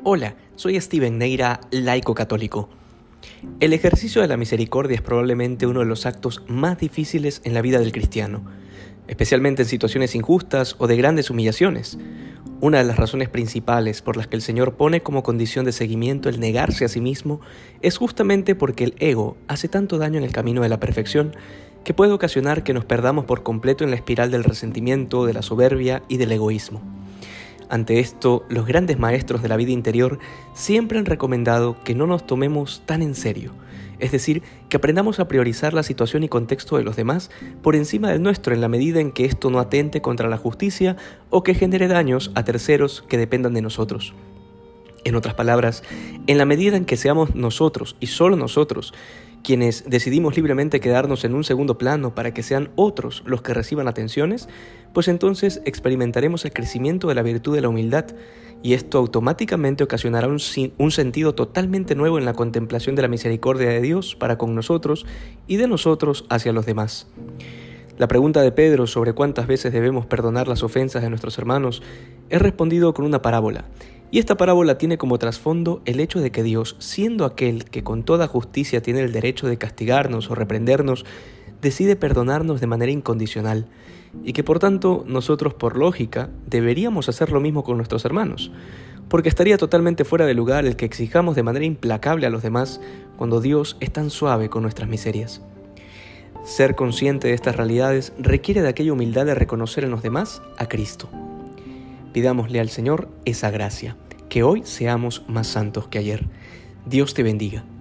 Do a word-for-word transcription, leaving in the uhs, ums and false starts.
Hola, soy Steven Neira, laico católico. El ejercicio de la misericordia es probablemente uno de los actos más difíciles en la vida del cristiano, especialmente en situaciones injustas o de grandes humillaciones. Una de las razones principales por las que el Señor pone como condición de seguimiento el negarse a sí mismo es justamente porque el ego hace tanto daño en el camino de la perfección que puede ocasionar que nos perdamos por completo en la espiral del resentimiento, de la soberbia y del egoísmo. Ante esto, los grandes maestros de la vida interior siempre han recomendado que no nos tomemos tan en serio, es decir, que aprendamos a priorizar la situación y contexto de los demás por encima del nuestro en la medida en que esto no atente contra la justicia o que genere daños a terceros que dependan de nosotros. En otras palabras, en la medida en que seamos nosotros y solo nosotros quienes decidimos libremente quedarnos en un segundo plano para que sean otros los que reciban atenciones, pues entonces experimentaremos el crecimiento de la virtud de la humildad y esto automáticamente ocasionará un, un sentido totalmente nuevo en la contemplación de la misericordia de Dios para con nosotros y de nosotros hacia los demás. La pregunta de Pedro sobre cuántas veces debemos perdonar las ofensas de nuestros hermanos es respondido con una parábola. Y esta parábola tiene como trasfondo el hecho de que Dios, siendo aquel que con toda justicia tiene el derecho de castigarnos o reprendernos, decide perdonarnos de manera incondicional, y que por tanto nosotros por lógica deberíamos hacer lo mismo con nuestros hermanos, porque estaría totalmente fuera de lugar el que exijamos de manera implacable a los demás cuando Dios es tan suave con nuestras miserias. Ser consciente de estas realidades requiere de aquella humildad de reconocer en los demás a Cristo. Pidámosle al Señor esa gracia, que hoy seamos más santos que ayer. Dios te bendiga.